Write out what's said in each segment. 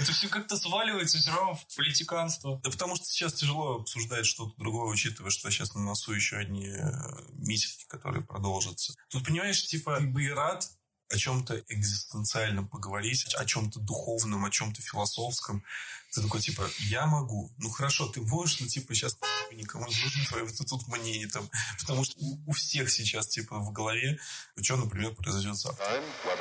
Это все как-то сваливается все равно в политиканство. Да потому что сейчас тяжело обсуждать что-то другое, учитывая, что сейчас на носу еще одни митинги, которые продолжатся. Тут, понимаешь, типа, ты бы и рад о чем-то экзистенциальном поговорить, о чем-то духовном, о чем-то философском. Ты такой, типа, я могу. Ну, хорошо, ты можешь, но, типа, сейчас никому не нужно твое тут мнение там. Потому что у всех сейчас, типа, в голове, что, например, произойдет завтра.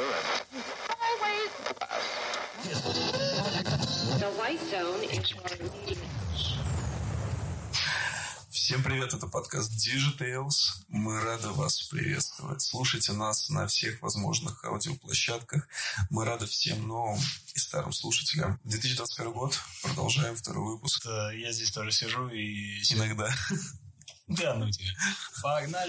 Всем привет, это подкаст Digitales. Мы рады вас приветствовать. Слушайте нас на всех возможных аудиоплощадках. Мы рады всем новым и старым слушателям. 2021 год. Продолжаем второй выпуск. Я здесь тоже сижу и... Иногда. Да, ну тебе. Погнали.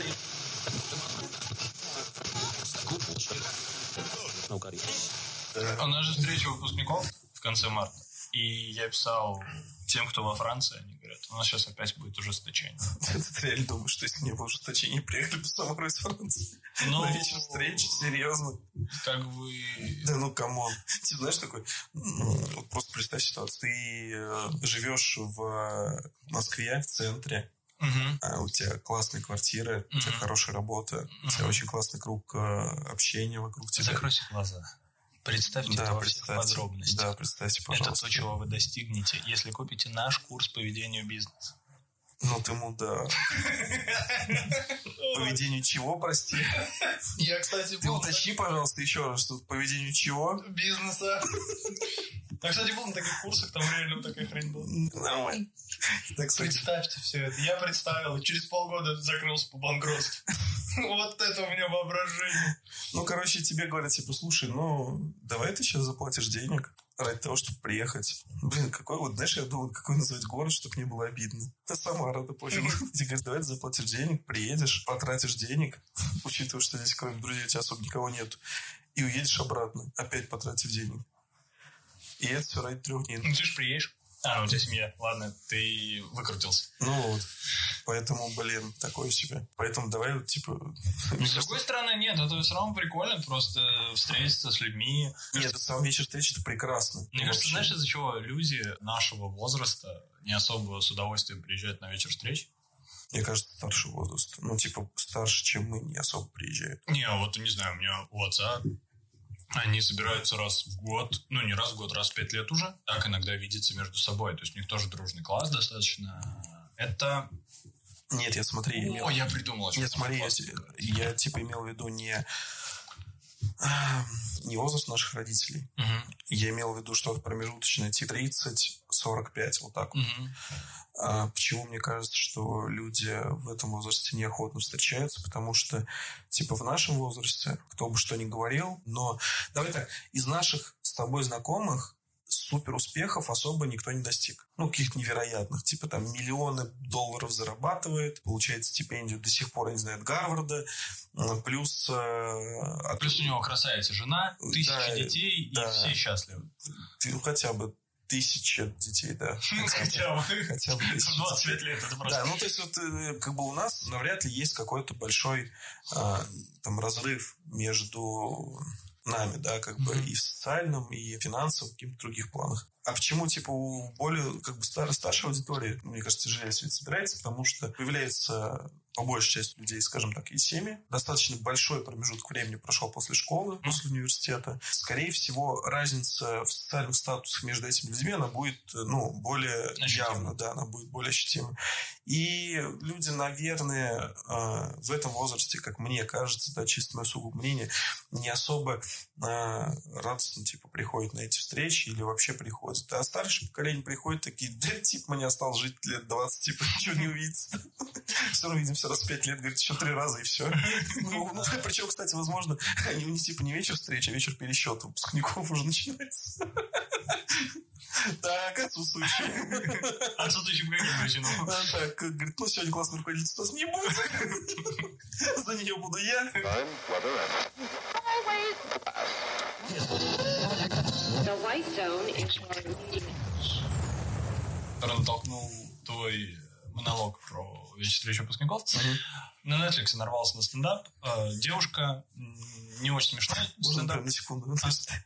У нас же встреча выпускников в конце марта. И я писал тем, кто во Франции, они говорят, у нас сейчас опять будет ужесточение. Ты реально думаешь, что если не было ужесточения, приехали бы самого из Франции? На вечер встречи? Серьезно? Как бы... Да ну, камон. Ты знаешь, такой... Просто представь ситуацию. Ты живешь в Москве, в центре, у тебя классные квартиры, у тебя хорошая работа, у тебя очень классный круг общения вокруг тебя. Закройте глаза. Представьте это во всех подробностях. Да, представьте, пожалуйста. Это то, чего вы достигнете, если купите наш курс по ведению бизнеса. Ну ты мудак. По ведению чего, прости? Я, кстати, ты уточни, пожалуйста, еще раз, что по ведению чего? Бизнеса. Я, кстати, был на таких курсах, там реально такая хрень была. Нормально. Представьте все это. Я представил, и через полгода закрылся по банкротству. Вот это у меня воображение. Ну, короче, тебе говорят, типа, слушай, давай ты сейчас заплатишь денег ради того, чтобы приехать. Блин, какой вот, знаешь, я думал, какой назвать город, чтобы не было обидно. Ты Самара, да пофигу. Тебе говорят, давай ты заплатишь денег, приедешь, потратишь денег, учитывая, что здесь, кроме друзей, у тебя особо никого нет, и уедешь обратно, опять потратив денег. И это все ради 3 дней. Ну, ты же приедешь. У тебя семья. Ладно, ты выкрутился. Ну вот. Поэтому, блин, такое себе. Поэтому давай, типа... С другой стороны, нет, это все равно прикольно просто встретиться с людьми. Нет, сам вечер встречи — это прекрасно. Мне кажется, знаешь, из-за чего люди нашего возраста не особо с удовольствием приезжают на вечер встреч? Мне кажется, старший возраст. Старше, чем мы, не особо приезжают. Не знаю, у меня у отца... Они собираются раз в год, не раз в год, раз в 5 лет уже. Так иногда видятся между собой. То есть у них тоже дружный класс достаточно. Это... Нет, я придумал. Нет, смотри, я типа имел в виду не возраст наших родителей. Я имел в виду что-то промежуточное, типа 30-45, вот так вот. Почему мне кажется, что люди в этом возрасте неохотно встречаются? Потому что, типа, в нашем возрасте, кто бы что ни говорил, но, давай так, из наших с тобой знакомых супер успехов особо никто не достиг. Каких-то невероятных. Типа, там, миллионы долларов зарабатывает, получает стипендию до сих пор, я не знаю, от Гарварда, плюс... Плюс у него красавица жена, 1000 детей, и все счастливы. Хотя бы 1000 детей, да. Хотя бы 1000 25 лет, это просто... Да, то есть вот как бы у нас навряд ли есть какой-то большой там разрыв между нами, да, как бы и в социальном, и в финансовом, и в каких-то других планах. А почему, типа, у более, как бы, старшей аудитории, мне кажется, тяжелее свет собирается, потому что появляется по большей части людей, скажем так, и семьи. Достаточно большой промежуток времени прошел после школы, после университета. Скорее всего, разница в социальных статусах между этими людьми, она будет, более явна, да, она будет более ощутима. И люди, наверное, в этом возрасте, как мне кажется, да, чисто мое сугубое мнение, не особо радостно, типа, приходят на эти встречи или вообще приходят. А старшее поколение приходит такие, типа, мне осталось жить лет 20, типа, ничего не увидится. Все равно видимся раз в 5 лет, говорит, еще 3 раза и все. Причем, кстати, возможно, они типа не вечер встречи, а вечер пересчета выпускников уже начинается. Так, отсутствующий. Отсутствующий каким причинам? Так, говорит, сегодня классный руководитель у нас не будет. За нее буду я. Натолкнул твой монолог про вечер встречи выпускников. На Netflix нарвался на стендап. Девушка, не очень смешной стендап. На секунду.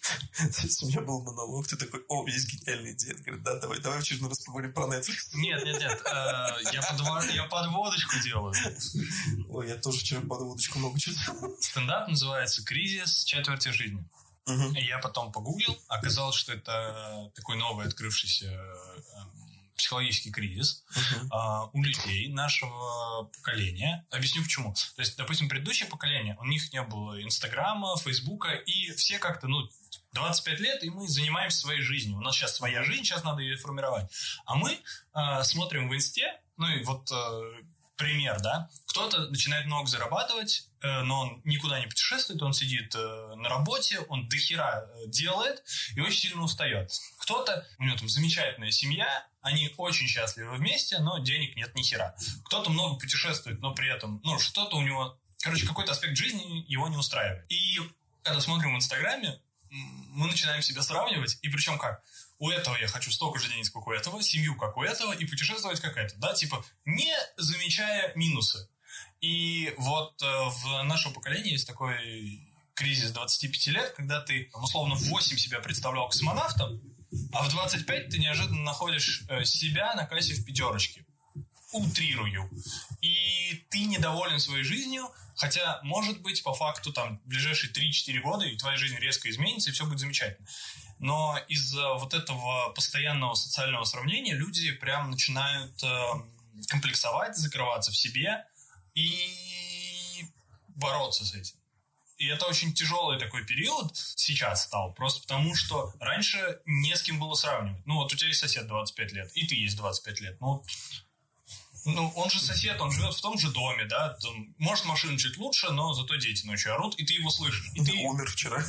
То есть у меня был монолог, ты такой, о, есть гениальная идея. Говорит, да, давай в очередной раз поговорим про Netflix. Нет. Я подводочку делаю. Ой, я тоже вчера подводочку много читал. Стендап называется «Кризис четверти жизни». Я потом погуглил, оказалось, что это такой новый открывшийся психологический кризис у людей нашего поколения. Объясню почему. То есть, допустим, предыдущее поколение, у них не было Инстаграма, Фейсбука, и все как-то, 25 лет, и мы занимаемся своей жизнью. У нас сейчас своя жизнь, сейчас надо ее формировать. А мы смотрим в Инсте, пример, да, кто-то начинает много зарабатывать, но он никуда не путешествует, он сидит на работе, он дохера делает и очень сильно устает. Кто-то, у него там замечательная семья, они очень счастливы вместе, но денег нет ни хера. Кто-то много путешествует, но при этом, что-то у него, какой-то аспект жизни его не устраивает. И когда смотрим в Инстаграме, мы начинаем себя сравнивать, и причем как? У этого я хочу столько же денег, сколько у этого, семью, как у этого, и путешествовать, как это, да, не замечая минусы. И вот в нашем поколении есть такой кризис 25 лет, когда ты, условно, в 8 себя представлял космонавтом, а в 25 ты неожиданно находишь себя на кассе в пятерочке. Утрирую. И ты недоволен своей жизнью, хотя, может быть, по факту, в ближайшие 3-4 года и твоя жизнь резко изменится, и все будет замечательно. Но из-за вот этого постоянного социального сравнения люди прям начинают комплексовать, закрываться в себе и бороться с этим. И это очень тяжелый такой период сейчас стал, просто потому что раньше не с кем было сравнивать. У тебя есть сосед 25 лет, и ты есть 25 лет. Он же сосед, он живет в том же доме, да, может, машина чуть лучше, но зато дети ночью орут, и ты его слышишь. И ты умер вчера.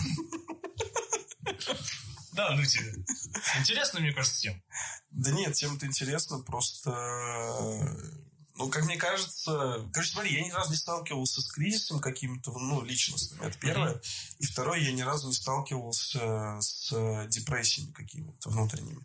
Да, тебе. Интересно, мне кажется, тем. Да нет, тем-то интересно, просто... как мне кажется... Смотри, я ни разу не сталкивался с кризисом каким-то, личностным. Это первое. И второе, я ни разу не сталкивался с депрессиями какими-то внутренними.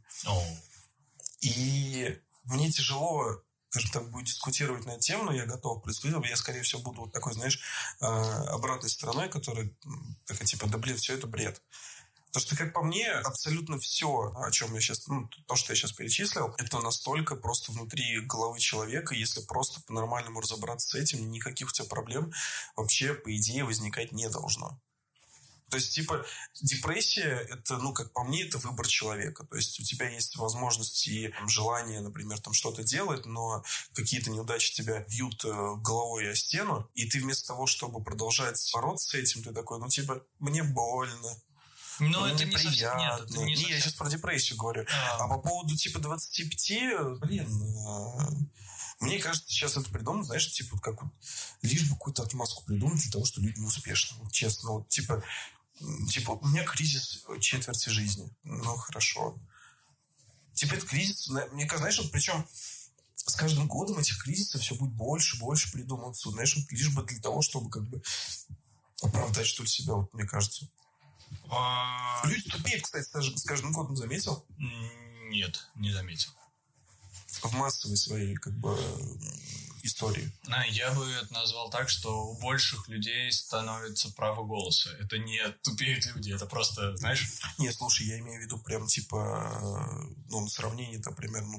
И мне тяжело, скажем так, будет дискутировать на эту тему, но я готов предсказать. Я, скорее всего, буду такой, обратной стороной, которая такая, все это бред. Потому что, как по мне, абсолютно все, о чем я сейчас, то, что я сейчас перечислил, это настолько просто внутри головы человека. Если просто по-нормальному разобраться с этим, никаких у тебя проблем вообще, по идее, возникать не должно. То есть, депрессия, это, как по мне, это выбор человека. То есть, у тебя есть возможность и желание, например, что-то делать, но какие-то неудачи тебя бьют головой о стену, и ты вместо того, чтобы продолжать бороться с этим, ты такой, мне больно. Это не приятно. Совсем... Нет, я сейчас про депрессию говорю. А по поводу 25, мне кажется, сейчас это придумано, лишь бы какую-то отмазку придумать для того, что люди неуспешны. Честно, у меня кризис четверти жизни. Хорошо. Это кризис, мне кажется, причем с каждым годом этих кризисов все будет больше придумываться. Лишь бы для того, чтобы оправдать, что ли, себя, мне кажется. Люди тупеют, кстати, с каждым годом, заметил? Нет, не заметил. В массовой своей, истории. Я бы это назвал так, что у больших людей становится право голоса. Это не тупеют люди, это просто, знаешь... Не, слушай, я имею в виду прям, на сравнении, примерно,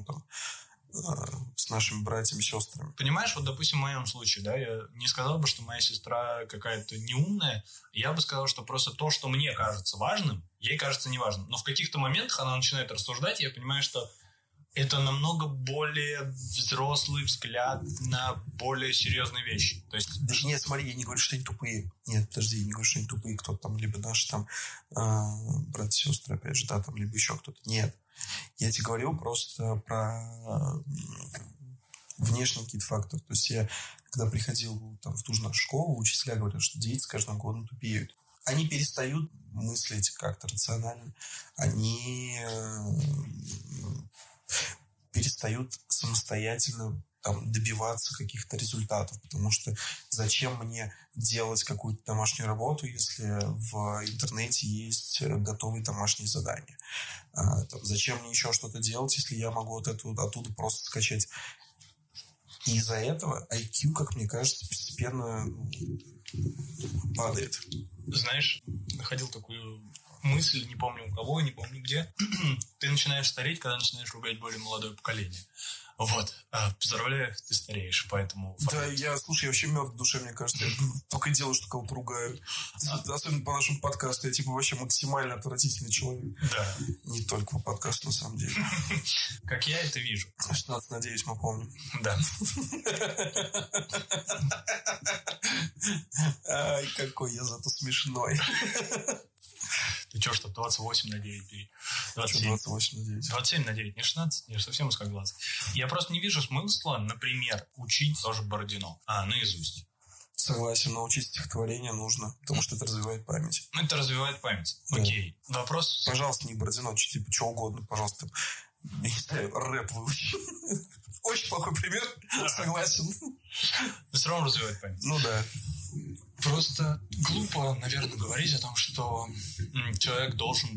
с нашими братьями и сестрами. Понимаешь, допустим, в моем случае, да, я не сказал бы, что моя сестра какая-то неумная, я бы сказал, что просто то, что мне кажется важным, ей кажется неважным. Но в каких-то моментах она начинает рассуждать, и я понимаю, что это намного более взрослый взгляд на более серьезные вещи. То есть... Нет, смотри, я не говорю, что они тупые. Нет, подожди, я не говорю, что они тупые. Кто-то либо наши братья и сестры, опять же, да, либо еще кто-то. Нет. Я тебе говорил просто про внешние какие-то факторы. То есть я, когда приходил в ту же нашу школу, учителя говорят, что дети с каждым годом тупеют. Они перестают мыслить как-то рационально. Они перестают самостоятельно добиваться каких-то результатов, потому что зачем мне делать какую-то домашнюю работу, если в интернете есть готовые домашние задания? Зачем мне еще что-то делать, если я могу оттуда просто скачать? И из-за этого IQ, как мне кажется, постепенно падает. Знаешь, находил такую мысль, не помню у кого, не помню где. Ты начинаешь стареть, когда начинаешь ругать более молодое поколение. Вот. Поздравляю, ты стареешь, поэтому... Да, я вообще мертв в душе, мне кажется. Я только делаю, что кого-то ругаю. Особенно по нашему подкасту. Я вообще максимально отвратительный человек. Да. Не только по подкасту, на самом деле. Как я это вижу. 16, надеюсь, мы помним. Да. Ай, какой я зато смешной. Ты что 28 на 9 бери? 28 на 9. 27 на 9, не 16? Я же совсем узкоглазый глаз. Я просто не вижу смысла, например, учить тоже Бородино, наизусть. Согласен, но учить стихотворение нужно, потому что это развивает память. Это развивает память. Да. Окей. Вопрос... Пожалуйста, не Бородино, что угодно, пожалуйста. Не знаю, рэп выучи. Очень плохой пример, согласен. Но все равно развивает память. Ну да. Просто глупо, наверное, говорить о том, что человек должен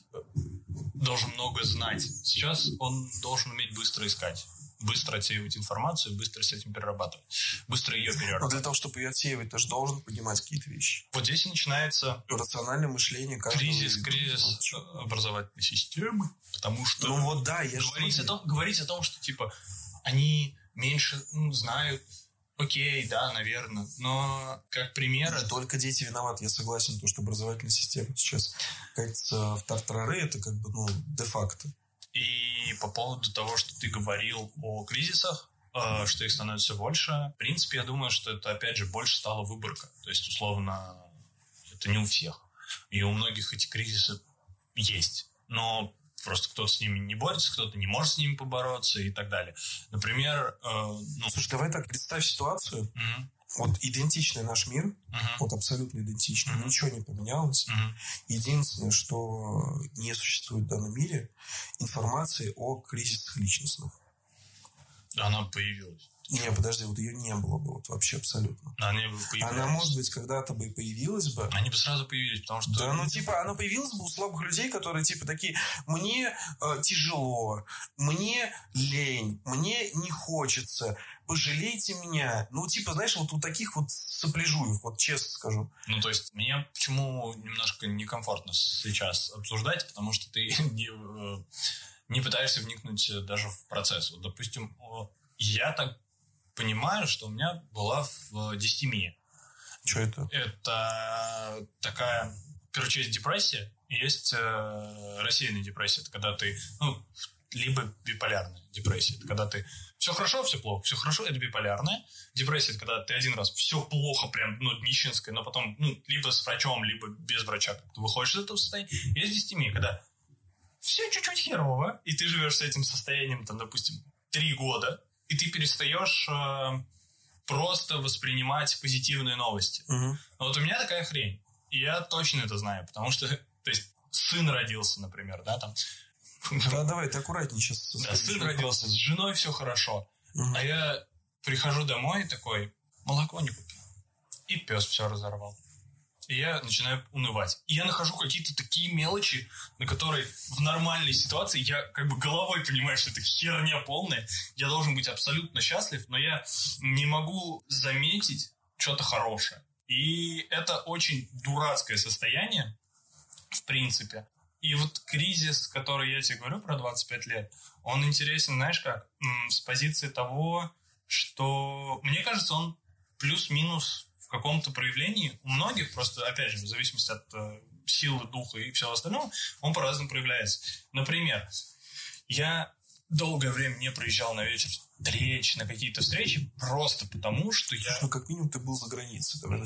многое знать. Сейчас он должен уметь быстро искать, быстро отсеивать информацию, быстро с этим перерабатывать, быстро ее перерабатывать. Но для того, чтобы ее отсеивать, ты же должен понимать какие-то вещи. Вот здесь и начинается рациональное мышление. Кризис образовательной системы, потому что ну вот да, говорить о том, что типа они меньше знают. Окей, да, наверное. Но как пример... Только дети виноваты, я согласен, потому что образовательная система сейчас, кажется, в тартарары, это де-факто. И по поводу того, что ты говорил о кризисах, что их становится все больше, в принципе, я думаю, что это, опять же, больше стала выборка. То есть, условно, это не у всех. И у многих эти кризисы есть. Но просто кто-то с ними не борется, кто-то не может с ними побороться и так далее. Например... Слушай, давай так, представь ситуацию. Вот идентичный наш мир, вот абсолютно идентичный, ничего не поменялось. Единственное, что не существует в данном мире, информации о кризисах личностных. Она появилась. Не, подожди, вот ее не было бы вот вообще абсолютно. Она, может быть, когда-то бы и появилась бы. Они бы сразу появились, потому что... Да, она появилась бы у слабых людей, которые, такие, мне тяжело, мне лень, мне не хочется, пожалейте меня. Знаешь, вот у таких вот сопляжуев, вот честно скажу. То есть, мне почему немножко некомфортно сейчас обсуждать, потому что ты не пытаешься вникнуть даже в процесс. Вот, допустим, я так понимаю, что у меня была дистемия. Что это? Это такая... Короче, есть депрессия, и есть рассеянная депрессия. Это когда ты... либо биполярная депрессия. Это когда ты... Все хорошо, все плохо. Все хорошо, это биполярная. Депрессия — это когда ты один раз все плохо, прям, днищенское, но потом, либо с врачом, либо без врача ты выходишь из этого состояния. И есть дистемия, когда все чуть-чуть херово, и ты живешь с этим состоянием, допустим, 3 года, и ты перестаешь просто воспринимать позитивные новости. Но вот у меня такая хрень. И я точно это знаю, потому что, то есть, сын родился, например, да, там. Да, давай, ты аккуратнее сейчас. Да, сын родился, с женой все хорошо. А я прихожу домой такой, молоко не купил. И пес все разорвал. И я начинаю унывать. И я нахожу какие-то такие мелочи, на которые в нормальной ситуации я головой понимаю, что это херня полная. Я должен быть абсолютно счастлив, но я не могу заметить что-то хорошее. И это очень дурацкое состояние, в принципе. И вот кризис, который я тебе говорю про 25 лет, он интересен, знаешь как? С позиции того, что, мне кажется, он плюс-минус в каком-то проявлении у многих, просто, опять же, в зависимости от силы духа и всего остального, он по-разному проявляется. Например, я долгое время не приезжал на вечер встреч, на какие-то встречи, просто потому, что я... как минимум ты был за границей. Давай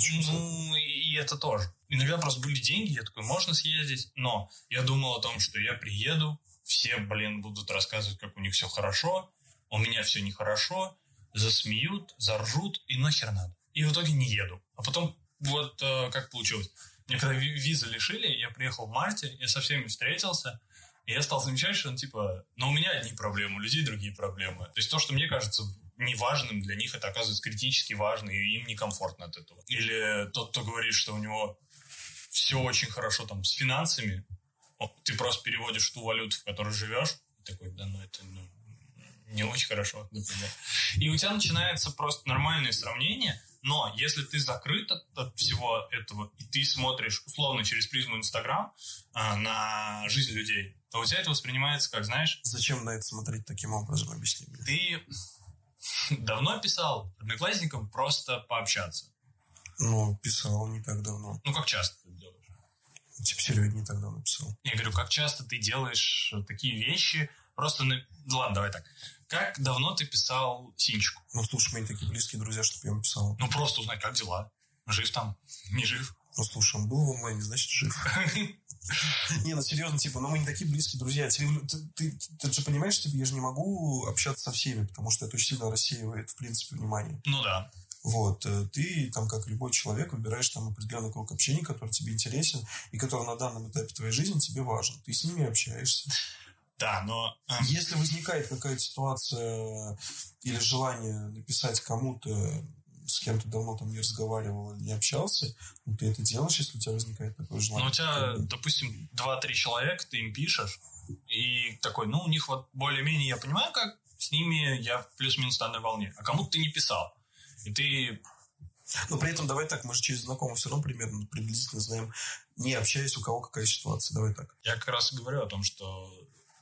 и это тоже. Иногда просто были деньги, я такой, можно съездить, но я думал о том, что я приеду, все, будут рассказывать, как у них все хорошо, у меня все нехорошо, засмеют, заржут, и нахер надо. И в итоге не еду. А потом вот как получилось. Мне когда визы лишили, я приехал в марте, я со всеми встретился, и я стал замечать, что но у меня одни проблемы, у людей другие проблемы. То есть то, что мне кажется неважным, для них это оказывается критически важно, и им некомфортно от этого. Или тот, кто говорит, что у него все очень хорошо там с финансами, ты просто переводишь ту валюту, в которой живешь, и такой, это не очень хорошо, например. И у тебя начинается просто нормальное сравнение, Но если ты закрыт от всего этого, и ты смотришь условно через призму Инстаграм на жизнь людей, то у тебя это воспринимается как, знаешь... Зачем на это смотреть таким образом, объясни мне? Ты давно писал одноклассникам просто пообщаться? Ну, писал не так давно. Ну, как часто ты делаешь? Типа, серьезно, не так давно писал. Я говорю, как часто ты делаешь такие вещи? Просто, ну ладно, давай так. Как давно ты писал Синчику? Ну, слушай, мои такие близкие друзья, чтобы я ему писал. Ну, просто узнать, как дела. Жив там, не жив. Ну, слушай, он был в онлайне, значит, жив. Не, ну, серьезно, типа, ну, мы не такие близкие друзья. Ты же понимаешь, типа, я же не могу общаться со всеми, потому что это очень сильно рассеивает, в принципе, внимание. Ну, да. Вот, ты, там, как любой человек, выбираешь там определенный круг общения, который тебе интересен и который на данном этапе твоей жизни тебе важен. Ты с ними общаешься. Да, но... Если возникает какая-то ситуация или желание написать кому-то, с кем ты давно там не разговаривал или не общался, ну, ты это делаешь, если у тебя возникает такое желание. Ну, у тебя, допустим, 2-3 человека, ты им пишешь, и такой, ну, у них вот более-менее, я понимаю, как с ними я плюс-минус на одной волне, а кому-то ты не писал. И ты... Но при этом давай так, мы же через знакомых все равно примерно приблизительно знаем, не общаясь, у кого какая ситуация. Давай так. Я как раз и говорю о том, что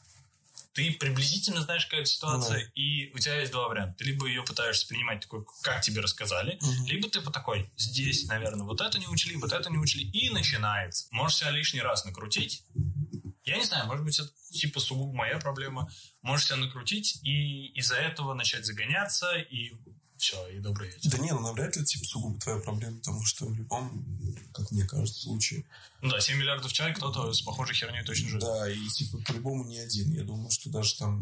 ты приблизительно знаешь, какая ситуация, и у тебя есть два варианта. Ты либо ее пытаешься принимать такой, как тебе рассказали, либо ты по такой, здесь, наверное, вот это не учли, вот это не учли, и начинается. Можешь себя лишний раз накрутить. Я не знаю, может быть, это типа сугубо моя проблема. Можешь себя накрутить и из-за этого начать загоняться, и все, и добрый вечер. Да не, ну навряд ли типа сугубо твоя проблема, потому что в любом, как мне кажется, случае. Ну да, 7 миллиардов человек, кто-то с похожей херней точно живет. Да, и типа по-любому не один. Я думаю, что даже там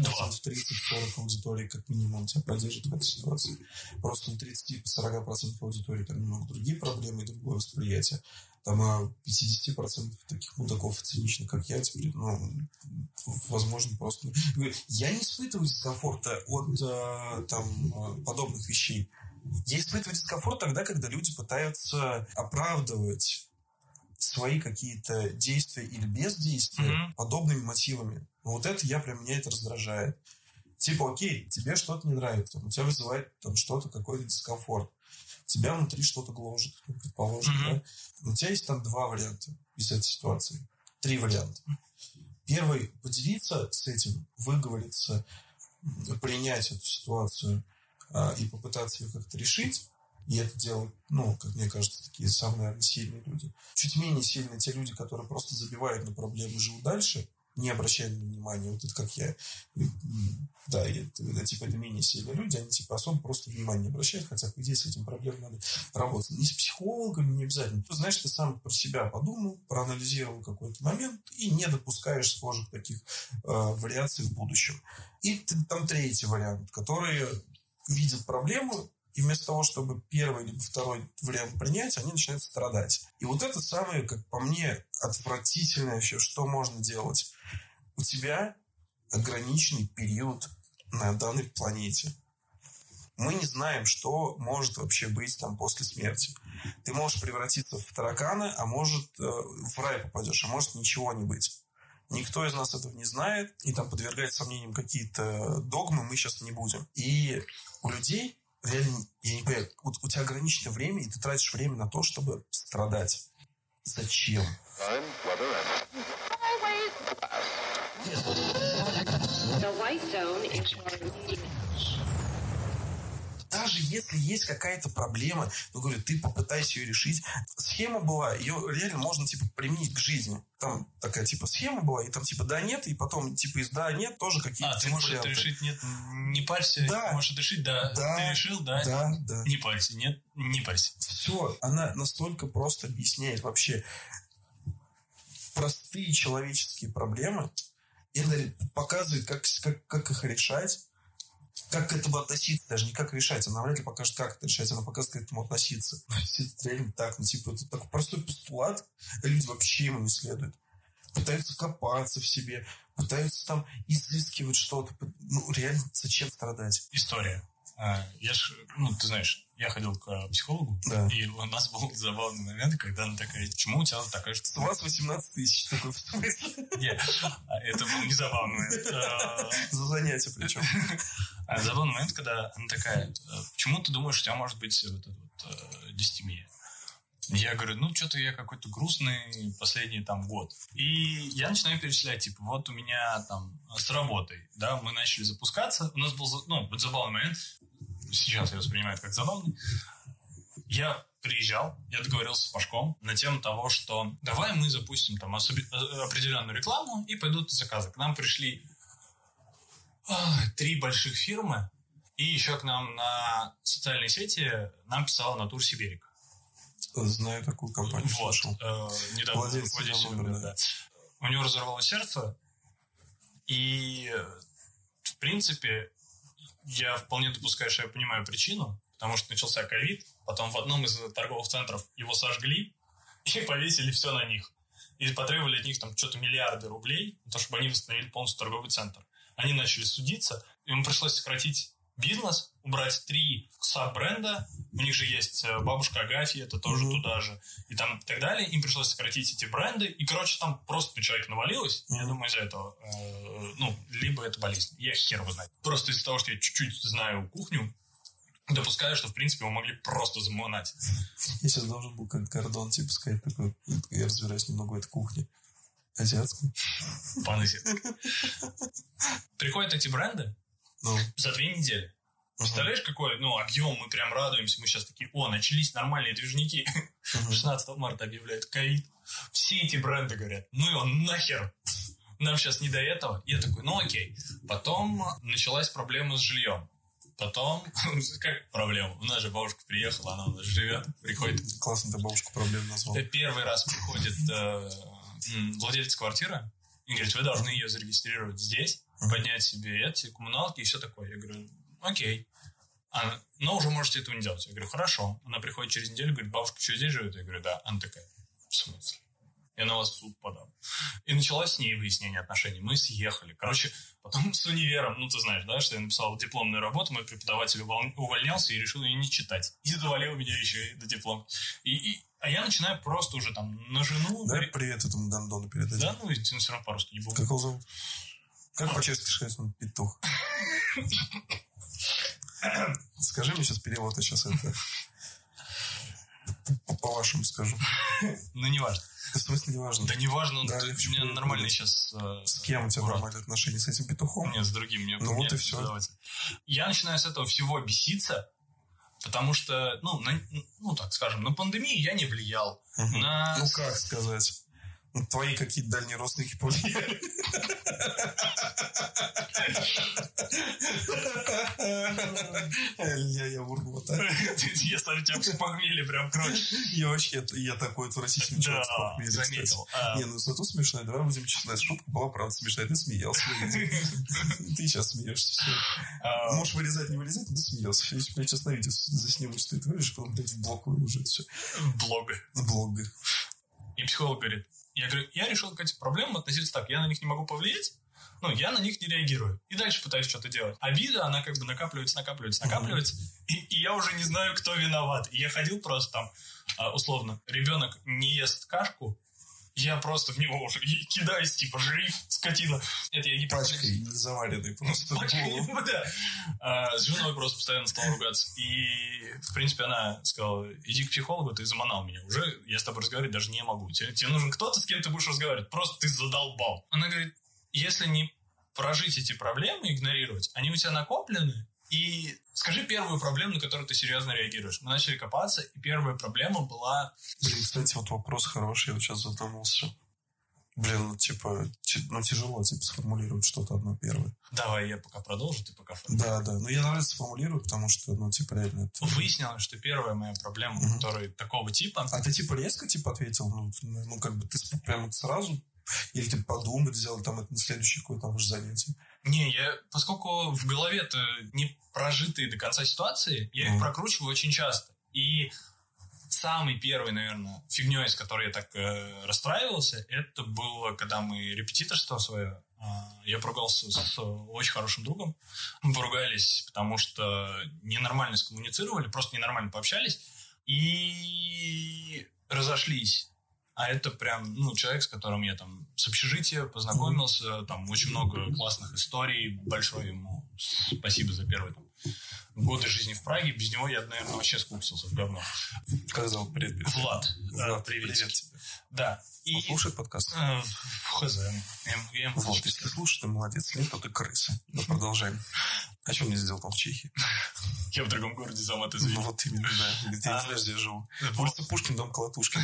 30-40 аудитории как минимум тебя поддержит в этой ситуации. Просто на 30-40% аудитории там немного другие проблемы и другое восприятие. Там 50% таких мудаков циничных, как я, теперь, ну, возможно, просто... Я не испытываю дискомфорта от там подобных вещей. Я испытываю дискомфорт тогда, когда люди пытаются оправдывать свои какие-то действия или бездействия подобными мотивами. Вот это меня это раздражает. Типа, окей, тебе что-то не нравится, у тебя вызывает там что-то, какой-то дискомфорт. Тебя внутри что-то гложет, предположим, да? У тебя есть там 2 варианта из этой ситуации. 3 варианта. Первый – поделиться с этим, выговориться, принять эту ситуацию и попытаться ее как-то решить. И это делают, ну, как мне кажется, такие самые, наверное, сильные люди. Чуть менее сильные те люди, которые просто забивают на проблемы и живут дальше, не обращая на внимания. Вот это как я. Да, типа, это менее сильные люди, они типа особо просто внимания не обращают, хотя, по идее, с этим проблемой надо работать. Не с психологами, не обязательно. Знаешь, ты сам про себя подумал, проанализировал какой-то момент и не допускаешь схожих таких вариаций в будущем. И там 3-й вариант, которые видят проблему, и вместо того, чтобы первый или второй вариант принять, они начинают страдать. И вот это самое, как по мне, отвратительное еще, что можно делать. У тебя ограниченный период на данной планете. Мы не знаем, что может вообще быть там после смерти. Ты можешь превратиться в таракана, а может в рай попадешь, а может ничего не быть. Никто из нас этого не знает, и там подвергать сомнениям какие-то догмы мы сейчас не будем. И у людей реально, я не понимаю, у тебя ограниченное время, и ты тратишь время на то, чтобы страдать. Зачем? Даже если есть какая-то проблема, ну, говорю, ты попытайся ее решить. Схема была, ее реально можно, типа, применить к жизни. Там такая, типа, схема была, и там, типа, да, нет, и потом, типа, из да, нет тоже какие-то ты можешь это решить, нет, не парься. Да. Ты можешь это решить, да. Ты решил, да. Не парься, нет, не парься. Все, она настолько просто объясняет вообще простые человеческие проблемы, и она показывает, как их решать, как к этому относиться, даже не как решать, она вряд ли покажет, как это решать, она покажет, как к этому относиться. Это реально так, ну, типа, это такой простой постулат, а люди вообще ему не следуют. Пытаются копаться в себе, пытаются там изыскивать что-то. Ну, реально, зачем страдать? История. Ты знаешь, я ходил к психологу, и у нас был забавный момент, когда она такая, почему у тебя такая штука? У вас 18 тысяч, такой в смысле? Нет, это был не забавный момент. За занятие причем. А забавный момент, когда она такая, почему ты думаешь, у тебя может быть вот эта вот дистемия? Я говорю, ну, что-то я какой-то грустный последний там год. И я начинаю перечислять, типа, вот у меня там с работой, да, мы начали запускаться. У нас был, ну, вот забавный момент, сейчас я воспринимаю это как забавный. Я приезжал, я договорился с Пашком на тему того, что давай мы запустим там определенную рекламу и пойдут заказы. К нам пришли 3 больших фирмы, и еще к нам на социальной сети нам писала Натур Сибирик. Знаю такую компанию, вот, слышал. Недавно руководитель, да. У него разорвалось сердце, и в принципе я вполне допускаю, что я понимаю причину, потому что начался ковид, потом в одном из торговых центров его сожгли и повесили все на них. И потребовали от них там что-то миллиарды рублей, для того, чтобы они восстановили полностью торговый центр. Они начали судиться, им пришлось сократить бизнес, убрать 3 саб-бренда, у них же есть бабушка Агафья, это тоже туда же, и там так далее, им пришлось сократить эти бренды, и, короче, там просто человек навалилось, я думаю, из-за этого, либо это болезнь, я хер его знаю. Просто из-за того, что я чуть-чуть знаю кухню, допускаю, что, в принципе, его могли просто заманать. Я сейчас должен был как Гордон, типа, сказать такой, я разбираюсь немного в этой кухне. Азиатской. Пан-азиатской. Приходят эти бренды за 2 недели. Представляешь, какой объем, мы прям радуемся, мы сейчас такие, начались нормальные движники. 16 марта объявляют ковид. Все эти бренды говорят, ну его нахер, нам сейчас не до этого. Я такой, окей. Потом началась проблема с жильем. Потом, как проблема? У нас же бабушка приехала, она у нас живет, приходит. Классно ты бабушку проблему назвал. Первый раз приходит владелец квартиры и говорит, вы должны ее зарегистрировать здесь, поднять себе эти коммуналки и все такое. Я говорю, окей. Но уже можете этого не делать. Я говорю, хорошо. Она приходит через неделю, говорит, бабушка еще здесь живет? Я говорю, да. Она такая, в смысле? Я на вас в суд подам. И началось с ней выяснение отношений. Мы съехали. Короче, потом с универом, ты знаешь, да, что я написал дипломную работу, мой преподаватель увольнялся и решил ее не читать. И завалил меня еще и до диплома. А я начинаю просто уже там на жену... Дай привет этому Дандону передать. Да, он все равно по-русски не буду. Как его зовут? Как по-чешски сказать, он петух? Скажи мне сейчас перевод, я сейчас это... По-вашему скажу. Не важно. В смысле не важно? Да не важно, у меня нормальные сейчас... С кем у тебя нормальные отношения? С этим петухом? Нет, с другим. Вот и все. Я начинаю с этого всего беситься, потому что, так скажем, на пандемию я не влиял. Как сказать? Твои какие-то дальние родственники повлияли. Я урод. Я смотрю, тебя с похмелья прям кровь. Я такой отвратительный человек с похмелья. Заметил. Зато смешно. Давай будем честны. Шутка была, правда, смешная. Ты смеялся. Ты сейчас смеешься. Можешь вырезать, не вырезать, ты смеялся. Я сейчас на видео засниму, что ты вырежешь, потом в блог выложит все. Блог. И психолог говорит, я говорю, я решил к этим проблемам относиться так. Я на них не могу повлиять, я на них не реагирую. И дальше пытаюсь что-то делать. Обида, она как бы накапливается. И я уже не знаю, кто виноват. И я ходил просто там, условно, ребенок не ест кашку, я просто в него уже кидаюсь, типа, жри, скотина. Это я не пачкой, не заваренный просто. Да. С женой просто постоянно стал ругаться. И, в принципе, она сказала, иди к психологу, ты заманал меня. Уже я с тобой разговаривать даже не могу. Тебе нужен кто-то, с кем ты будешь разговаривать. Просто ты задолбал. Она говорит, если не прожить эти проблемы, игнорировать, они у тебя накоплены. И скажи первую проблему, на которую ты серьезно реагируешь. Мы начали копаться, и первая проблема была... Кстати, вот вопрос хороший, я вот сейчас задумался. Тяжело, сформулировать что-то одно первое. Давай, я пока продолжу, ты пока формулируй. Да, но я нравится сформулирую, потому что, реально это... Выяснилось, что первая моя проблема, которая такого типа... А ты, резко, ответил? Ты прямо сразу... Или ты подумать сделал, это на следующее какое-то уже занятие? Не, поскольку в голове-то не прожитые до конца ситуации, я их прокручиваю очень часто. И самый первый, наверное, фигней, с которой я так расстраивался, это было, когда мы репетиторство свое, я поругался с очень хорошим другом. Мы поругались, потому что ненормально скоммуницировали, просто ненормально пообщались и разошлись. а это прям, человек, с которым я там с общежития познакомился, там очень много классных историй, большое ему спасибо за первые годы жизни в Праге. Без него я, наверное, вообще скуксился в говно. Как зовут? Привет. Влад. Привет тебе. Да. Он слушает подкаст? Хз. Вот, если слушаешь, ты молодец. Нет, то ты крыса. Ну, продолжаем. А что мне сделал там в Чехии? Я в другом городе, сам это извини. Вот именно, да. Где я не знаю, где я живу. Улица Пушкин, дом Колотушкин.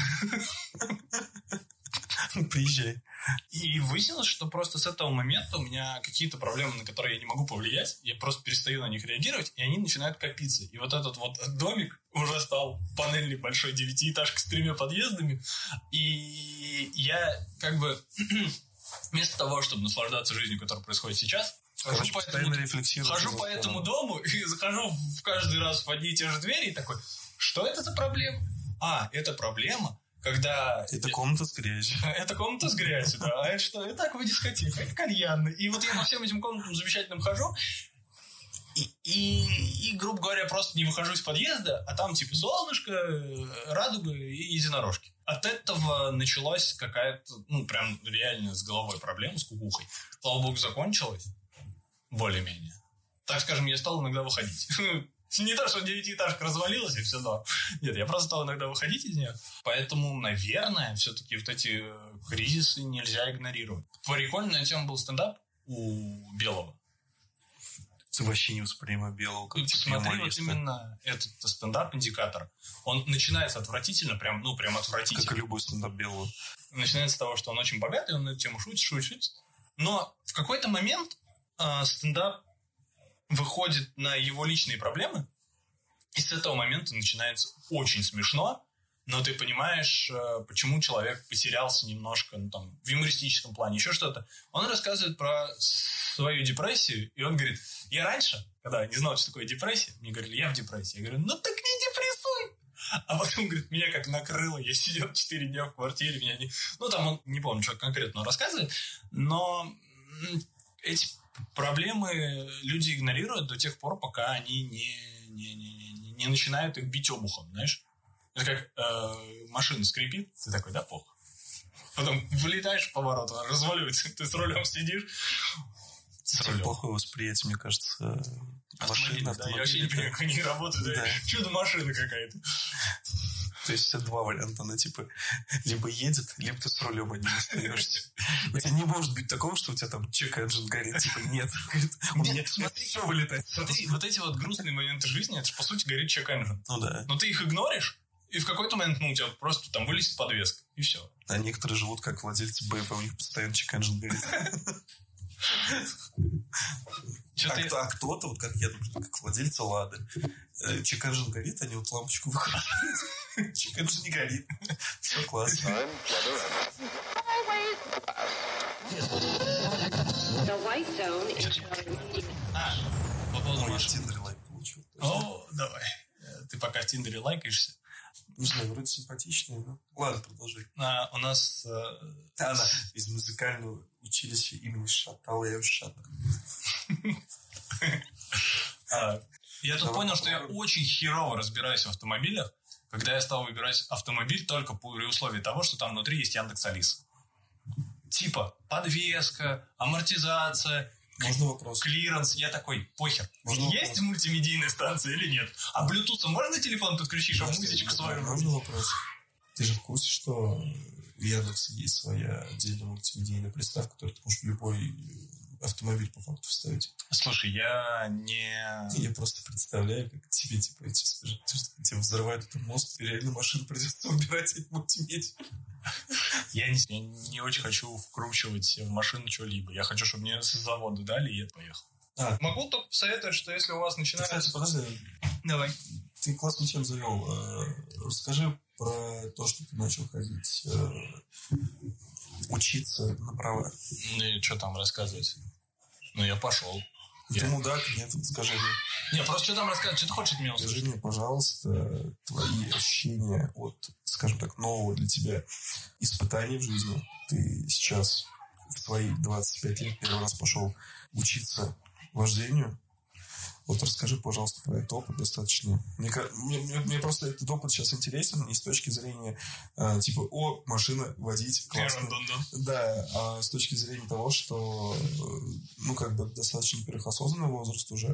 Приезжай. И выяснилось, что просто с этого момента у меня какие-то проблемы, на которые я не могу повлиять, я просто перестаю на них реагировать, и они начинают копиться. И вот этот вот домик уже стал панельной большой 9-этажкой с 3 подъездами. И я вместо того, чтобы наслаждаться жизнью, которая происходит сейчас, хожу по этому дому и захожу в каждый раз в одни и те же двери и такой, что это за проблема? Это проблема, когда... Это комната с грязью. Это комната с грязью, да. А это что? Это такая дискотека, это кальянная. И вот я по всем этим комнатам замечательным хожу, и, грубо говоря, просто не выхожу из подъезда, а там типа солнышко, радуга и единорожки. От этого началась какая-то, прям реально с головой проблема, с кукухой. Слава богу, закончилась. Более-менее. Так скажем, я стал иногда выходить. Не то, что 9-этажка развалилась и все, да. Нет, я просто стал иногда выходить из нее. Поэтому, наверное, все-таки вот эти кризисы нельзя игнорировать. Прикольная тема был стендап у Белого. Ты вообще не воспринимай Белого как смотри, вот именно этот стендап-индикатор. Он начинается отвратительно, прям отвратительно. Как и любой стендап Белого. Начинается с того, что он очень богатый, он на эту тему шутит. Но в какой-то момент стендап выходит на его личные проблемы, и с этого момента начинается очень смешно, но ты понимаешь, почему человек потерялся немножко, в юмористическом плане, еще что-то. Он рассказывает про свою депрессию, и он говорит, я раньше, когда не знал, что такое депрессия, мне говорили, я в депрессии. Я говорю, так не депрессуй! А потом, говорит, меня как накрыло, я сидел 4 дня в квартире, меня не... он, не помню, что конкретно он рассказывает, но эти проблемы люди игнорируют до тех пор, пока они не начинают их бить обухом, знаешь? Это как машина скрипит, ты такой, да, пох. Потом вылетаешь в поворот, она разваливается, ты с рулем сидишь. Плохое восприятие, мне кажется, машины, да, я вообще не понимаю, как они работают. Да. Чудо-машина какая-то. То есть у тебя два варианта. Она либо едет, либо ты с рулем одним остаешься. У тебя не может быть такого, что у тебя там чек-энджин горит. Нет. У меня все вылетает. Смотри, вот эти вот грустные моменты жизни, это же по сути горит чек-энджин. Ну да. Но ты их игноришь, и в какой-то момент, у тебя просто там вылезет подвеска, и все. А некоторые живут как владельцы БФ, у них постоянно чек-энджин горит. А кто-то, вот как я, например, как владельца Лады, чек-энджин горит, они вот лампочку выкручивают. Чек-энджин не горит. Все классно. По поводу машин. В Тиндере лайк получил. О, давай. Ты пока в Тиндере лайкаешься. Не знаю, вроде симпатичный, но... Ладно, продолжай. У нас... Она из музыкального училища имени Шаталеев Шата. Я тут понял, что я очень херово разбираюсь в автомобилях, когда я стал выбирать автомобиль только при условии того, что там внутри есть Яндекс.Алиса. Типа подвеска, амортизация... Можно вопрос? Клиренс. Я такой, похер. Есть мультимедийная станция или нет? А Bluetooth можно телефон подключить, чтобы музычку свою? Можно вопрос? Ты же в курсе, что в Яндексе есть своя отдельная мультимедийная приставка, которую ты можешь в любой автомобиль по факту вставить? Слушай, я не... Я просто представляю, как тебе, тебе взрывают этот мост, и реально машину придется убирать от мультимедиа. Я не очень хочу вкручивать в машину что-либо. Я хочу, чтобы мне с завода дали, и я поехал. Могу только посоветовать, что если у вас начинается... Кстати, подожди. Давай. Ты классную тему завел. Расскажи про то, что ты начал ходить, учиться на права. Ну и что там рассказывать? Я пошел. Ты мудак, нет, скажи мне. Не, просто что там рассказывать? Что ты хочешь от меня услышать? Скажи мне, пожалуйста, твои ощущения от, скажем так, нового для тебя испытания в жизни. Ты сейчас в свои 25 лет первый раз пошел учиться вождению. Вот расскажи, пожалуйста, про этот опыт достаточно. Мне просто этот опыт сейчас интересен не с точки зрения типа, машина, водить, классно. Да, а с точки зрения того, что как бы достаточно, во-первых, осознанный возраст уже.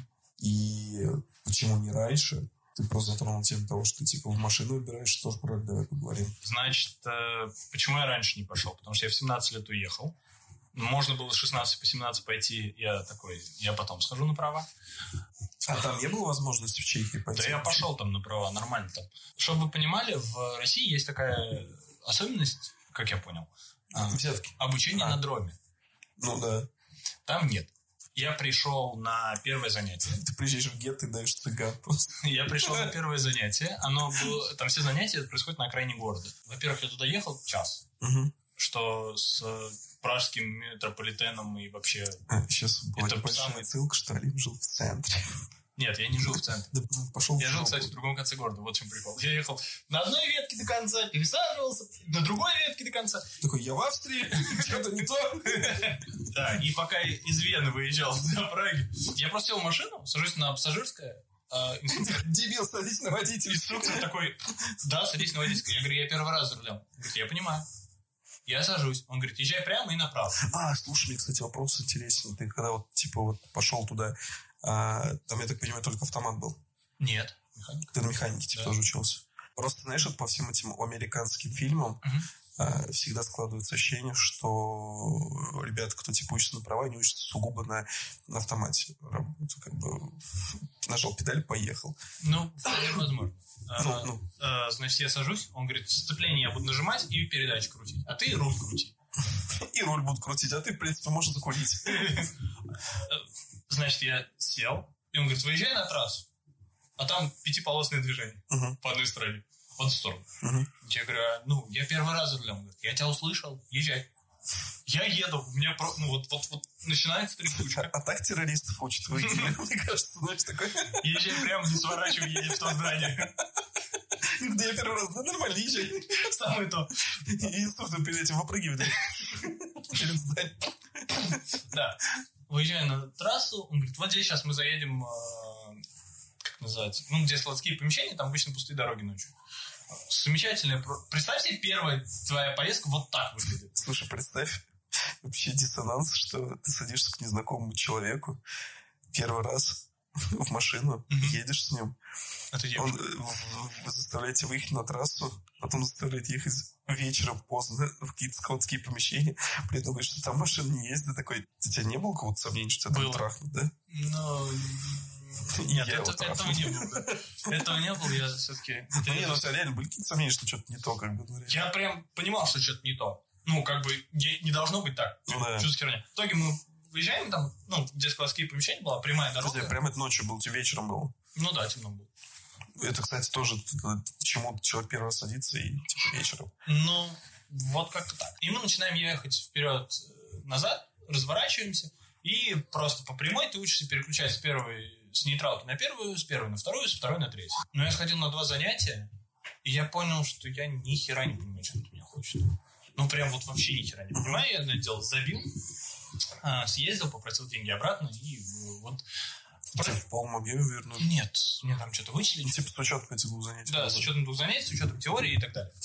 И почему не раньше? Ты просто затронул тему того, что ты типа в машину выбираешь, тоже про это давай поговорим. Значит, почему я раньше не пошел? Потому что я в 17 лет уехал. Можно было с 16 по 17 пойти. Я потом схожу на права. А там не было возможности в Чехии пойти? Да я пошел там на права, нормально там. Чтобы вы понимали, в России есть такая особенность, как я понял. Взятки. Обучение на дроме. Ну да. Там нет. Я пришел на первое занятие. Ты приезжаешь в гетто и даешь цыган просто. Я пришел на первое занятие. Там все занятия происходят на окраине города. Во-первых, я туда ехал час. Что с пражским метрополитеном и вообще... Сейчас была большая ссылка, что Алим жил в центре. Нет, я не жил в центре. Да, пошел я жил, кстати, в другом конце города. Вот в чем прикол. Я ехал на одной ветке до конца, пересаживался, на другой ветке до конца. Такой, я в Австрии, что-то не то. Да, и пока из Вены выезжал до Праги, я просто сел в машину, сажусь на пассажирское. Дебил, садись на водителя. Инструктор такой, да, садись на водительское. Я говорю, я первый раз за рулем. Он говорит, я понимаю. Я сажусь. Он говорит, езжай прямо и направо. Слушай, мне, кстати, вопрос интересен. Ты когда пошел туда, там, я так понимаю, только автомат был? Нет, механик. Ты на механике тоже учился? Просто, знаешь, по всем этим американским фильмам всегда складывается ощущение, что ребята, кто учится на права, не учатся сугубо на автомате. Как бы нажал педаль, поехал. Возможно. Значит, я сажусь, он говорит, сцепление я буду нажимать и передачу крутить, а ты руль крути. И руль буду крутить, а ты, в принципе, можешь закурить. Значит, я сел, и он говорит, выезжай на трассу, а там 5-полосное движение по одной стороне, в одну сторону. Я говорю, я первый раз за рулем. Он говорит, я тебя услышал, езжай. Я еду, у меня вот начинается трясучка. А так террористов учат в Игиле, мне кажется, знаешь, такое. Езжай прямо, не сворачивай, едешь в то здание. Да я первый раз, да нормально, езжай. Самое то. И инструктор перед этим выпрыгивает перед зданием. Да. Выезжаю на трассу, он говорит, вот здесь сейчас мы заедем, как называется, где складские помещения, там обычно пустые дороги ночью. Замечательно. Представь себе, первая твоя поездка вот так выглядит. Слушай, представь вообще диссонанс, что ты садишься к незнакомому человеку первый раз в машину, едешь с ним. Вы заставляете выехать на трассу, потом заставляете ехать вечером поздно в какие-то складские помещения. При этом говоришь, что там машина не ездит. Такой, у тебя не было какого-то сомнения, что тебя там трахнут, да? Нет, этого не было. Этого не было, я все-таки... у тебя реально были какие-то сомнения, что что-то не то, как бы говоря? Я прям понимал, что что-то не то. Не должно быть так. Что за херня? В итоге мы выезжаем там, где складские помещения была, прямая дорога. Подожди, прямо это ночью было, тебе вечером было? Да, темно было. Это, кстати, тоже чему человек первый раз садится и вечером. Вот как-то так. И мы начинаем ехать вперед-назад, разворачиваемся, и просто по прямой ты учишься переключать с нейтралки на первую, с первой на вторую, с второй на третью. Но я сходил на 2 занятия, и я понял, что я ни хера не понимаю, что от меня хочет. Прям вот вообще ни хера не понимаю. Я на это дело забил, съездил, попросил деньги обратно, и вот... Тебя в полном объеме вернули? Нет, мне там что-то вычислили. С учетом этих 2 занятий? Да, с учетом 2 занятий, с учетом теории и так далее.